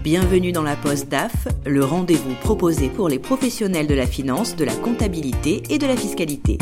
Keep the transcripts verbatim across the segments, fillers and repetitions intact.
Bienvenue dans la Pause D A F, le rendez-vous proposé pour les professionnels de la finance, de la comptabilité et de la fiscalité.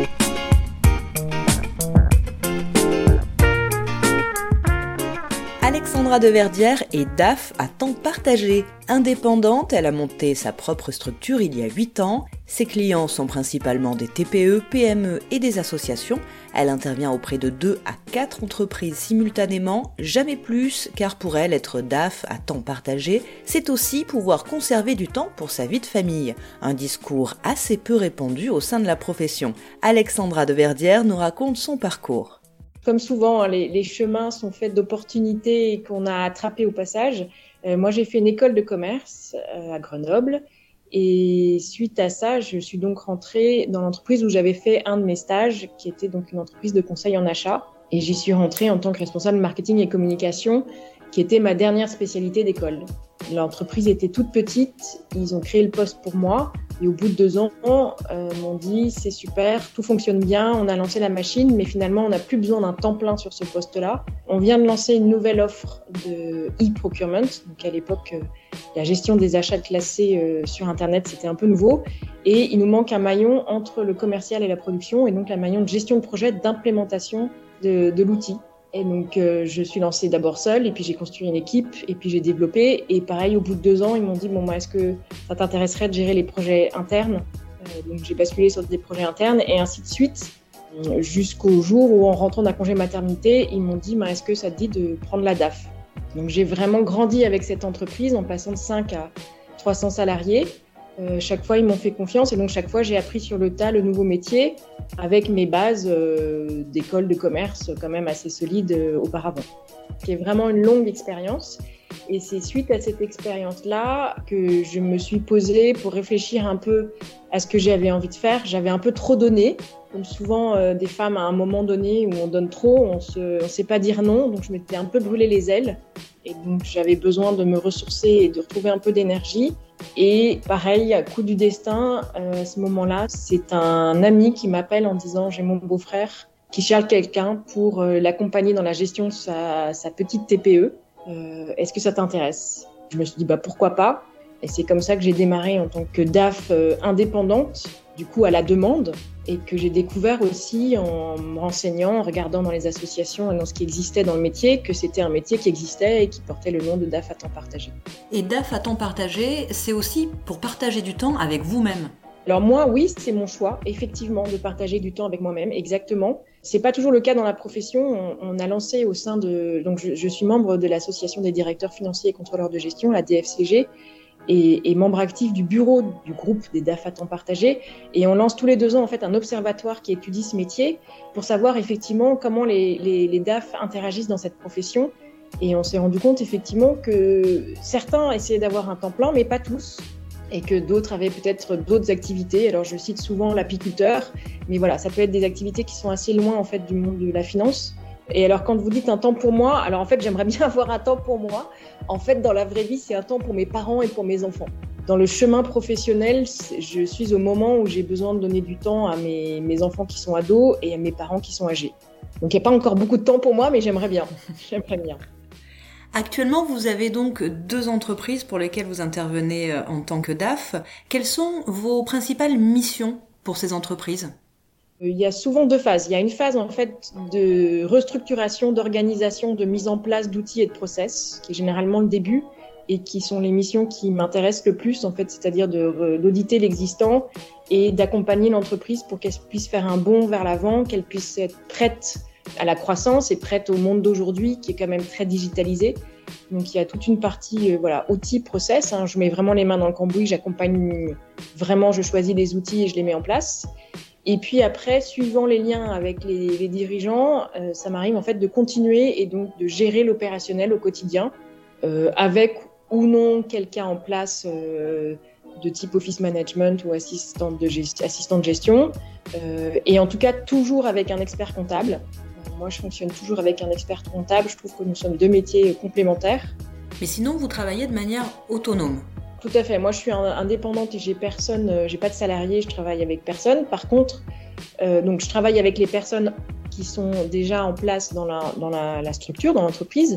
Alexandra Deverdière est D A F à temps partagé. Indépendante, elle a monté sa propre structure il y a huit ans. Ses clients sont principalement des T P E, P M E et des associations. Elle intervient auprès de deux à quatre entreprises simultanément, jamais plus, car pour elle, être D A F à temps partagé, c'est aussi pouvoir conserver du temps pour sa vie de famille. Un discours assez peu répandu au sein de la profession. Alexandra Deverdière nous raconte son parcours. Comme souvent, les, les chemins sont faits d'opportunités qu'on a attrapées au passage. Euh, moi, j'ai fait une école de commerce euh, à Grenoble. Et suite à ça, je suis donc rentrée dans l'entreprise où j'avais fait un de mes stages, qui était donc une entreprise de conseil en achat. Et j'y suis rentrée en tant que responsable marketing et communication, qui était ma dernière spécialité d'école. L'entreprise était toute petite, ils ont créé le poste pour moi. Et au bout de deux ans, euh, m'ont dit c'est super, tout fonctionne bien, on a lancé la machine, mais finalement on n'a plus besoin d'un temps plein sur ce poste-là. On vient de lancer une nouvelle offre de e-procurement, donc à l'époque euh, la gestion des achats classés euh, sur Internet c'était un peu nouveau, et il nous manque un maillon entre le commercial et la production, et donc la maillon de gestion de projet, d'implémentation de, de l'outil. Et donc, euh, je suis lancée d'abord seule, et puis j'ai construit une équipe, et puis j'ai développé. Et pareil, au bout de deux ans, ils m'ont dit, bon, moi, est-ce que ça t'intéresserait de gérer les projets internes ? euh, Donc, j'ai basculé sur des projets internes, et ainsi de suite, euh, jusqu'au jour où, en rentrant d'un congé maternité, ils m'ont dit, bah, est-ce que ça te dit de prendre la D A F ? Donc, j'ai vraiment grandi avec cette entreprise, en passant de cinq à trois cents salariés. Euh, chaque fois, ils m'ont fait confiance, et donc chaque fois, j'ai appris sur le tas le nouveau métier, avec mes bases euh, d'école de commerce quand même assez solides euh, auparavant. C'est vraiment une longue expérience, et c'est suite à cette expérience-là que je me suis posée pour réfléchir un peu à ce que j'avais envie de faire. J'avais un peu trop donné, comme souvent euh, des femmes à un moment donné où on donne trop, on se, on sait pas dire non, donc je m'étais un peu brûlé les ailes, et donc j'avais besoin de me ressourcer et de retrouver un peu d'énergie. Et pareil, à coup du destin, euh, à ce moment-là, c'est un ami qui m'appelle en disant « j'ai mon beau-frère qui cherche quelqu'un pour euh, l'accompagner dans la gestion de sa, sa petite T P E. Euh, est-ce que ça t'intéresse ?» Je me suis dit bah, « pourquoi pas ?» Et c'est comme ça que j'ai démarré en tant que D A F euh, indépendante, du coup à la demande, et que j'ai découvert aussi en me renseignant, en regardant dans les associations et dans ce qui existait dans le métier, que c'était un métier qui existait et qui portait le nom de D A F à temps partagé. Et D A F à temps partagé, c'est aussi pour partager du temps avec vous-même. Alors moi, oui, c'est mon choix, effectivement, de partager du temps avec moi-même, exactement. C'est pas toujours le cas dans la profession. On, on a lancé au sein de... Donc je, je suis membre de l'association des directeurs financiers et contrôleurs de gestion, la D F C G, et, et membre actif du bureau du groupe des D A F à temps partagé. Et on lance tous les deux ans en fait un observatoire qui étudie ce métier pour savoir effectivement comment les, les, les D A F interagissent dans cette profession. Et on s'est rendu compte effectivement que certains essayaient d'avoir un temps plein, mais pas tous. Et que d'autres avaient peut-être d'autres activités. Alors je cite souvent l'apiculteur, mais voilà, ça peut être des activités qui sont assez loin en fait du monde de la finance. Et alors quand vous dites un temps pour moi, alors en fait j'aimerais bien avoir un temps pour moi. En fait dans la vraie vie c'est un temps pour mes parents et pour mes enfants. Dans le chemin professionnel, je suis au moment où j'ai besoin de donner du temps à mes, mes enfants qui sont ados et à mes parents qui sont âgés. Donc il n'y a pas encore beaucoup de temps pour moi, mais j'aimerais bien. J'aimerais bien. Actuellement, vous avez donc deux entreprises pour lesquelles vous intervenez en tant que D A F. Quelles sont vos principales missions pour ces entreprises ? Il y a souvent deux phases. Il y a une phase en fait de restructuration, d'organisation, de mise en place d'outils et de process, qui est généralement le début et qui sont les missions qui m'intéressent le plus en fait, c'est-à-dire de, d'auditer l'existant et d'accompagner l'entreprise pour qu'elle puisse faire un bond vers l'avant, qu'elle puisse être prête à la croissance et prête au monde d'aujourd'hui qui est quand même très digitalisé. Donc il y a toute une partie euh, voilà, outils, process, hein. Je mets vraiment les mains dans le cambouis, j'accompagne vraiment, je choisis des outils et je les mets en place. Et puis après, suivant les liens avec les, les dirigeants, euh, ça m'arrive en fait de continuer et donc de gérer l'opérationnel au quotidien, euh, avec ou non quelqu'un en place euh, de type office management ou assistant de, gest- assistant de gestion, euh, et en tout cas toujours avec un expert comptable. Euh, moi, je fonctionne toujours avec un expert comptable. Je trouve que nous sommes deux métiers complémentaires. Mais sinon, vous travaillez de manière autonome. Tout à fait. Moi, je suis indépendante et j'ai personne, euh, j'ai pas de salarié, je travaille avec personne. Par contre, euh, donc je travaille avec les personnes qui sont déjà en place dans la, dans la, la structure, dans l'entreprise.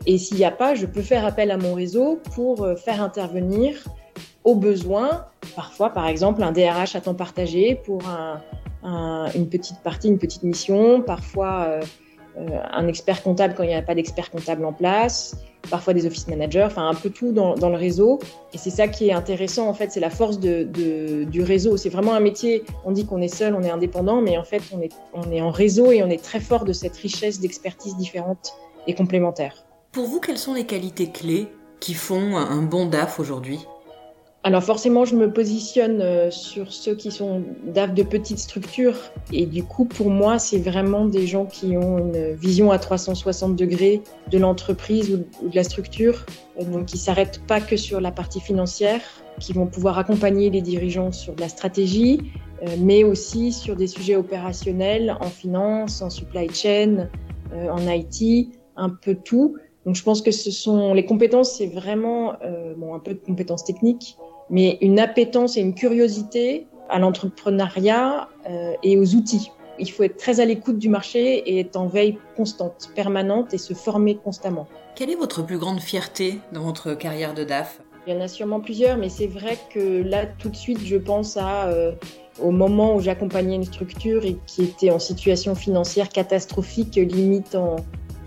Et s'il n'y a pas, je peux faire appel à mon réseau pour faire intervenir au besoin, parfois par exemple un D R H à temps partagé pour un, un, une petite partie, une petite mission, parfois euh, euh, un expert comptable quand il n'y a pas d'expert comptable en place, parfois des office managers, enfin un peu tout dans, dans le réseau. Et c'est ça qui est intéressant en fait, c'est la force de, de, du réseau. C'est vraiment un métier, on dit qu'on est seul, on est indépendant, mais en fait on est, on est en réseau et on est très fort de cette richesse d'expertise différentes et complémentaires. Pour vous, quelles sont les qualités clés qui font un bon D A F aujourd'hui ? Alors forcément, je me positionne sur ceux qui sont D A F de petites structures. Et du coup, pour moi, c'est vraiment des gens qui ont une vision à trois cent soixante degrés de l'entreprise ou de la structure. Donc, qui ne s'arrêtent pas que sur la partie financière, qui vont pouvoir accompagner les dirigeants sur de la stratégie, mais aussi sur des sujets opérationnels, en finance, en supply chain, en I T, un peu tout. Donc, je pense que ce sont les compétences, c'est vraiment euh, bon, un peu de compétences techniques, mais une appétence et une curiosité à l'entrepreneuriat euh, et aux outils. Il faut être très à l'écoute du marché et être en veille constante, permanente et se former constamment. Quelle est votre plus grande fierté dans votre carrière de D A F ? Il y en a sûrement plusieurs, mais c'est vrai que là, tout de suite, je pense à, euh, au moment où j'accompagnais une structure et qui était en situation financière catastrophique, limite en...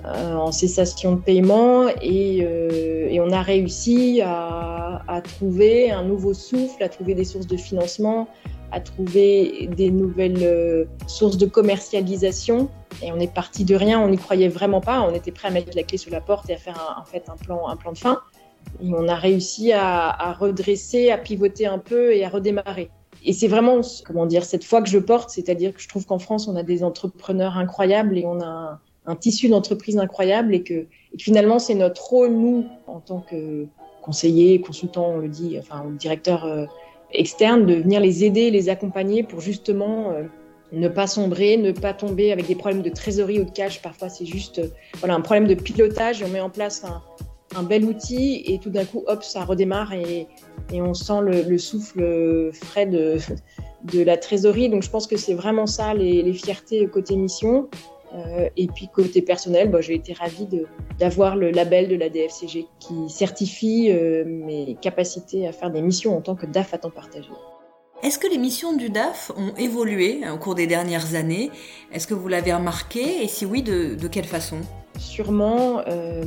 en cessation de paiement et, euh, et on a réussi à, à trouver un nouveau souffle, à trouver des sources de financement, à trouver des nouvelles euh, sources de commercialisation. Et on est parti de rien, on n'y croyait vraiment pas, on était prêt à mettre la clé sous la porte et à faire un, en fait un plan, un plan de fin. Et on a réussi à, à redresser, à pivoter un peu et à redémarrer. Et c'est vraiment, comment dire, cette foi que je porte, c'est-à-dire que je trouve qu'en France, on a des entrepreneurs incroyables et on a un, un tissu d'entreprise incroyable et que, et que finalement, c'est notre rôle, nous, en tant que conseillers, consultants, on le dit, enfin, directeurs euh, externes, de venir les aider, les accompagner pour justement euh, ne pas sombrer, ne pas tomber avec des problèmes de trésorerie ou de cash. Parfois, c'est juste euh, voilà, un problème de pilotage et on met en place un, un bel outil et tout d'un coup, hop, ça redémarre et, et on sent le, le souffle frais de, de la trésorerie. Donc, je pense que c'est vraiment ça, les, les fiertés côté mission. Euh, et puis côté personnel, bah, j'ai été ravie de, d'avoir le label de la D F C G qui certifie euh, mes capacités à faire des missions en tant que D A F à temps partagé. Est-ce que les missions du D A F ont évolué au cours des dernières années ? Est-ce que vous l'avez remarqué ? Et si oui, de, de quelle façon ? Sûrement. Euh,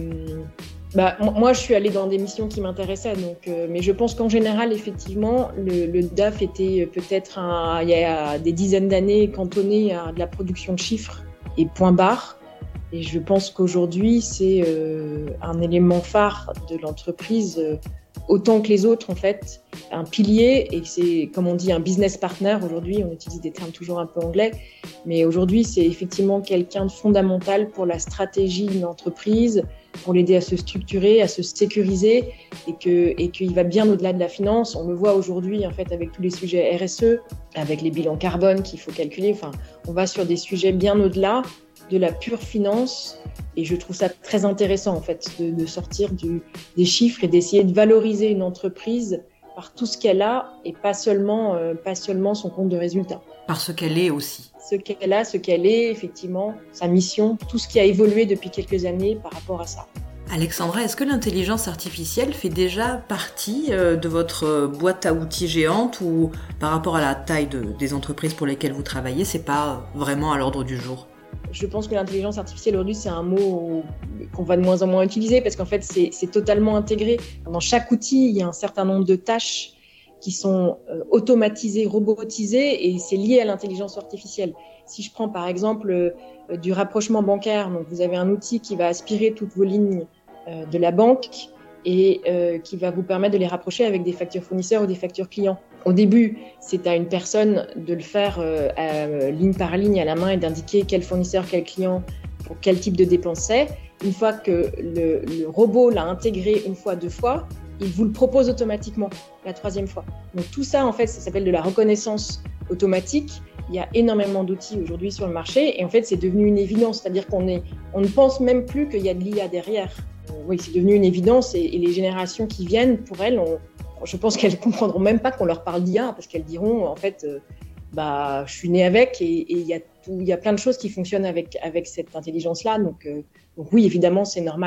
bah, moi, je suis allée dans des missions qui m'intéressaient, donc, euh, mais je pense qu'en général, effectivement, le, le D A F était peut-être un, il y a des dizaines d'années cantonné à de la production de chiffres et point barre. Et je pense qu'aujourd'hui, c'est euh, un élément phare de l'entreprise, euh, autant que les autres, en fait, un pilier, et c'est, comme on dit, un business partner. Aujourd'hui, on utilise des termes toujours un peu anglais, mais aujourd'hui, c'est effectivement quelqu'un de fondamental pour la stratégie d'une entreprise, pour l'aider à se structurer, à se sécuriser, et que, et qu'il va bien au-delà de la finance. On le voit aujourd'hui, en fait, avec tous les sujets R S E, avec les bilans carbone qu'il faut calculer. Enfin, on va sur des sujets bien au-delà de la pure finance. Et je trouve ça très intéressant, en fait, de, de sortir du, des chiffres et d'essayer de valoriser une entreprise par tout ce qu'elle a et pas seulement, euh, pas seulement son compte de résultat. Par ce qu'elle est aussi. Ce qu'elle a, ce qu'elle est, effectivement, sa mission, tout ce qui a évolué depuis quelques années par rapport à ça. Alexandra, est-ce que l'intelligence artificielle fait déjà partie de votre boîte à outils géante ou par rapport à la taille de, des entreprises pour lesquelles vous travaillez, c'est pas vraiment à l'ordre du jour ? Je pense que l'intelligence artificielle aujourd'hui, c'est un mot qu'on va de moins en moins utiliser parce qu'en fait, c'est, c'est totalement intégré. Dans chaque outil, il y a un certain nombre de tâches qui sont euh, automatisées, robotisées et c'est lié à l'intelligence artificielle. Si je prends par exemple euh, du rapprochement bancaire, donc vous avez un outil qui va aspirer toutes vos lignes euh, de la banque et euh, qui va vous permettre de les rapprocher avec des factures fournisseurs ou des factures clients. Au début, c'est à une personne de le faire euh, à, ligne par ligne à la main et d'indiquer quel fournisseur, quel client, pour quel type de dépense c'est. Une fois que le, le robot l'a intégré une fois, deux fois, il vous le propose automatiquement la troisième fois. Donc tout ça, en fait, ça s'appelle de la reconnaissance automatique. Il y a énormément d'outils aujourd'hui sur le marché et en fait, c'est devenu une évidence. C'est-à-dire qu'on est, on ne pense même plus qu'il y a de l'I A derrière. Euh, oui, c'est devenu une évidence et, et les générations qui viennent, pour elles, on, je pense qu'elles comprendront même pas qu'on leur parle d'I A parce qu'elles diront, en fait, euh, bah, je suis née avec et il y a tout, il y a plein de choses qui fonctionnent avec, avec cette intelligence-là. Donc, euh, donc oui, évidemment, c'est normal.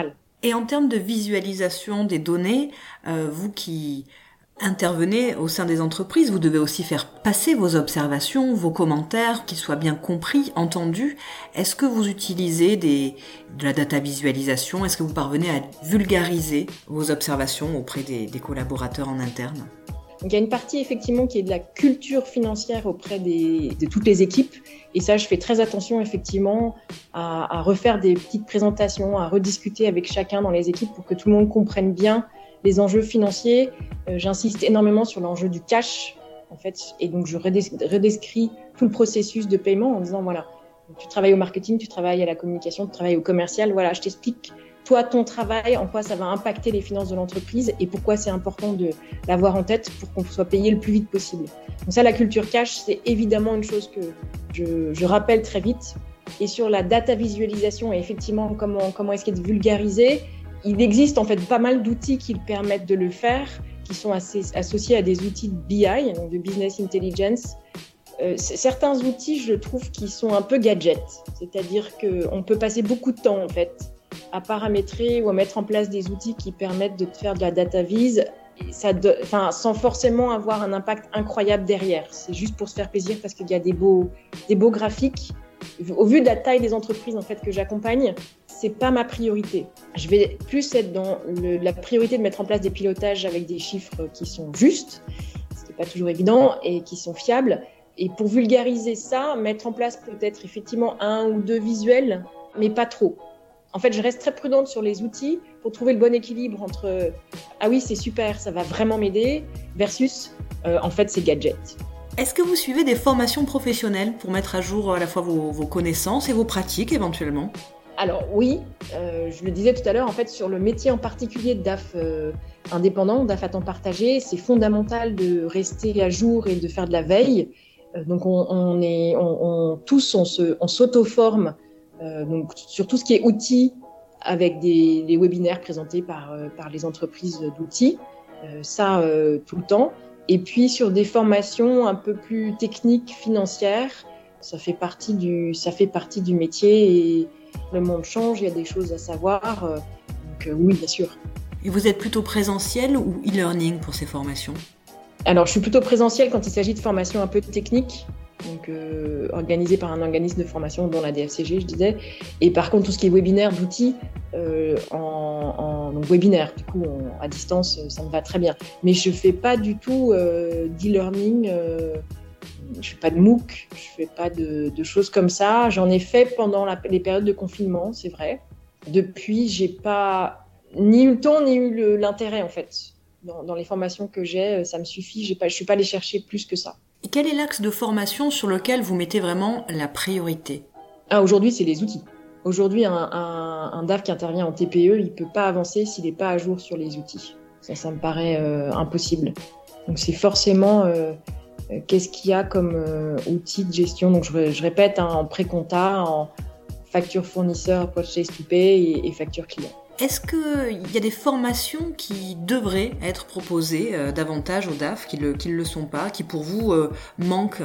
Et en termes de visualisation des données, euh, vous qui intervenez au sein des entreprises, vous devez aussi faire passer vos observations, vos commentaires, qu'ils soient bien compris, entendus. Est-ce que vous utilisez des, de la data visualisation? Est-ce que vous parvenez à vulgariser vos observations auprès des, des collaborateurs en interne? Donc, il y a une partie effectivement qui est de la culture financière auprès des, de toutes les équipes. Et ça, je fais très attention effectivement à, à refaire des petites présentations, à rediscuter avec chacun dans les équipes pour que tout le monde comprenne bien les enjeux financiers. Euh, j'insiste énormément sur l'enjeu du cash, en fait. Et donc, je redesc- redescris tout le processus de paiement en disant, voilà, tu travailles au marketing, tu travailles à la communication, tu travailles au commercial. Voilà, je t'explique toi, ton travail, en quoi ça va impacter les finances de l'entreprise et pourquoi c'est important de l'avoir en tête pour qu'on soit payé le plus vite possible. Donc ça, la culture cash, c'est évidemment une chose que je, je rappelle très vite. Et sur la data visualisation et effectivement comment, comment est-ce qu'elle est vulgarisée, il existe en fait pas mal d'outils qui permettent de le faire, qui sont assez, associés à des outils de B I, donc de Business Intelligence. Euh, certains outils, je trouve, qui sont un peu gadgets. C'est-à-dire qu'on peut passer beaucoup de temps en fait à paramétrer ou à mettre en place des outils qui permettent de faire de la data vise, ça de, enfin, sans forcément avoir un impact incroyable derrière. C'est juste pour se faire plaisir parce qu'il y a des beaux, des beaux graphiques. Au vu de la taille des entreprises en fait, que j'accompagne, c'est pas ma priorité. Je vais plus être dans le, la priorité de mettre en place des pilotages avec des chiffres qui sont justes, ce qui n'est pas toujours évident, et qui sont fiables. Et pour vulgariser ça, mettre en place peut-être effectivement un ou deux visuels, mais pas trop. En fait, je reste très prudente sur les outils pour trouver le bon équilibre entre « ah oui, c'est super, ça va vraiment m'aider » versus euh, « en fait, c'est gadget ». Est-ce que vous suivez des formations professionnelles pour mettre à jour à la fois vos, vos connaissances et vos pratiques éventuellement? Alors oui, euh, je le disais tout à l'heure, en fait, sur le métier en particulier de D A F euh, indépendant, D A F à temps partagé, c'est fondamental de rester à jour et de faire de la veille. Euh, donc on, on est, on, on, tous, on, se, on s'auto-forme. Euh, donc sur tout ce qui est outils, avec des, des webinaires présentés par, euh, par les entreprises d'outils, euh, ça euh, tout le temps. Et puis sur des formations un peu plus techniques, financières, ça fait partie du, ça fait partie du métier et le monde change, il y a des choses à savoir. Euh, donc euh, oui, bien sûr. Et vous êtes plutôt présentiel ou e-learning pour ces formations? Alors je suis plutôt présentiel quand il s'agit de formations un peu techniques. Donc euh, organisé par un organisme de formation dont la D F C G, je disais. Et par contre, tout ce qui est webinaire d'outils, euh, en, en donc webinaire, du coup, on, à distance, ça me va très bien. Mais je fais pas du tout euh, d'e-learning, euh, je fais pas de MOOC, je fais pas de, de choses comme ça. J'en ai fait pendant la, les périodes de confinement, c'est vrai. Depuis, j'ai pas ni eu le temps ni eu le, l'intérêt en fait. Dans, dans les formations que j'ai, ça me suffit. J'ai pas, je suis pas allée chercher plus que ça. Et quel est l'axe de formation sur lequel vous mettez vraiment la priorité? Ah, aujourd'hui, c'est les outils. Aujourd'hui, un, un, un D A F qui intervient en T P E, il ne peut pas avancer s'il n'est pas à jour sur les outils. Ça, ça me paraît euh, impossible. Donc, c'est forcément euh, euh, qu'est-ce qu'il y a comme euh, outil de gestion. Donc, je, je répète, hein, en pré-compta, en facture fournisseur, purchase to pay et, et facture client. Est-ce qu'il y a des formations qui devraient être proposées euh, davantage aux D A F, qui ne le, qui le sont pas, qui pour vous euh, manquent?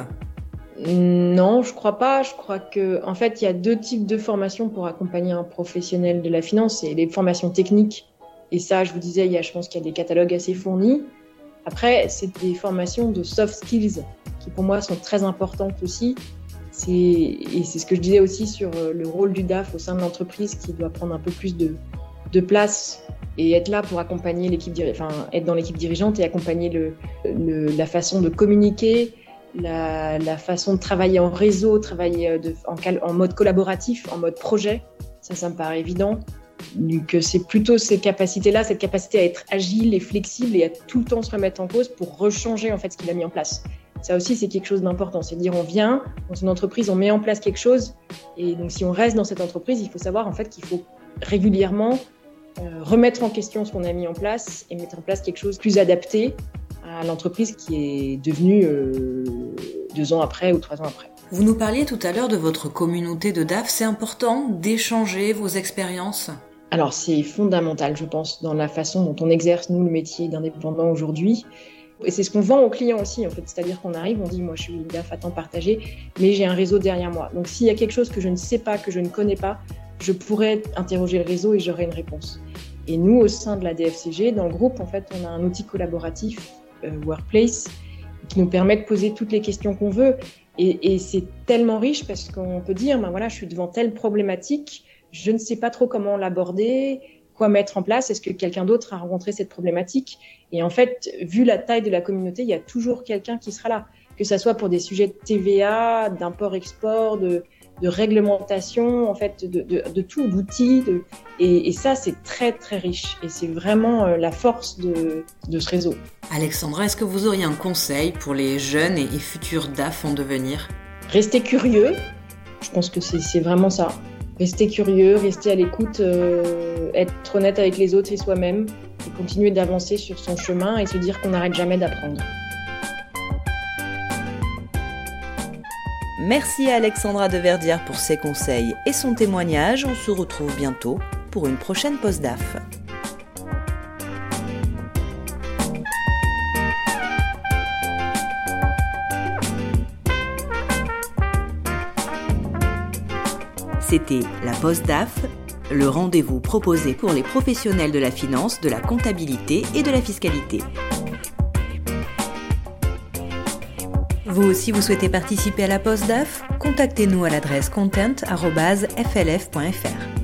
Non, je crois pas. Je crois que, en fait, il y a deux types de formations pour accompagner un professionnel de la finance. C'est les formations techniques. Et ça, je vous disais, il y a, je pense qu'il y a des catalogues assez fournis. Après, c'est des formations de soft skills qui, pour moi, sont très importantes aussi. C'est, et c'est ce que je disais aussi sur le rôle du D A F au sein de l'entreprise qui doit prendre un peu plus de de place et être là pour accompagner l'équipe, enfin être dans l'équipe dirigeante et accompagner le, le, la façon de communiquer, la, la façon de travailler en réseau, travailler de, en, en mode collaboratif, en mode projet. Ça, ça me paraît évident. Donc c'est plutôt ces capacités-là, cette capacité à être agile et flexible et à tout le temps se remettre en cause pour rechanger en fait ce qu'il a mis en place. Ça aussi, c'est quelque chose d'important. C'est de dire, on vient dans une entreprise, on met en place quelque chose et donc si on reste dans cette entreprise, il faut savoir en fait qu'il faut régulièrement Euh, remettre en question ce qu'on a mis en place et mettre en place quelque chose de plus adapté à l'entreprise qui est devenue euh, deux ans après ou trois ans après. Vous nous parliez tout à l'heure de votre communauté de D A F. C'est important d'échanger vos expériences? Alors c'est fondamental, je pense, dans la façon dont on exerce, nous, le métier d'indépendant aujourd'hui. Et c'est ce qu'on vend aux clients aussi, en fait. C'est-à-dire qu'on arrive, on dit, moi, je suis D A F à temps partagé, mais j'ai un réseau derrière moi. Donc s'il y a quelque chose que je ne sais pas, que je ne connais pas, je pourrais interroger le réseau et j'aurai une réponse. Et nous, au sein de la D F C G, dans le groupe, en fait, on a un outil collaboratif, euh, Workplace, qui nous permet de poser toutes les questions qu'on veut. Et, et c'est tellement riche parce qu'on peut dire, ben voilà, je suis devant telle problématique, je ne sais pas trop comment l'aborder, quoi mettre en place, est-ce que quelqu'un d'autre a rencontré cette problématique? Et en fait, vu la taille de la communauté, il y a toujours quelqu'un qui sera là, que ça soit pour des sujets de T V A, d'import-export, de, de réglementation, en fait, de, de, de tout, d'outils. De... Et, et ça, c'est très, très riche. Et c'est vraiment euh, la force de, de ce réseau. Alexandra, est-ce que vous auriez un conseil pour les jeunes et, et futurs D A F en devenir? Restez curieux. Je pense que c'est, c'est vraiment ça. Rester curieux, rester à l'écoute, euh, être honnête avec les autres et soi-même, et continuer d'avancer sur son chemin et se dire qu'on n'arrête jamais d'apprendre. Merci à Alexandra Deverdière pour ses conseils et son témoignage. On se retrouve bientôt pour une prochaine pause D A F. C'était la pause D A F, le rendez-vous proposé pour les professionnels de la finance, de la comptabilité et de la fiscalité. Vous aussi, vous souhaitez participer à la pause D A F? Contactez-nous à l'adresse content arobase f l f point f r.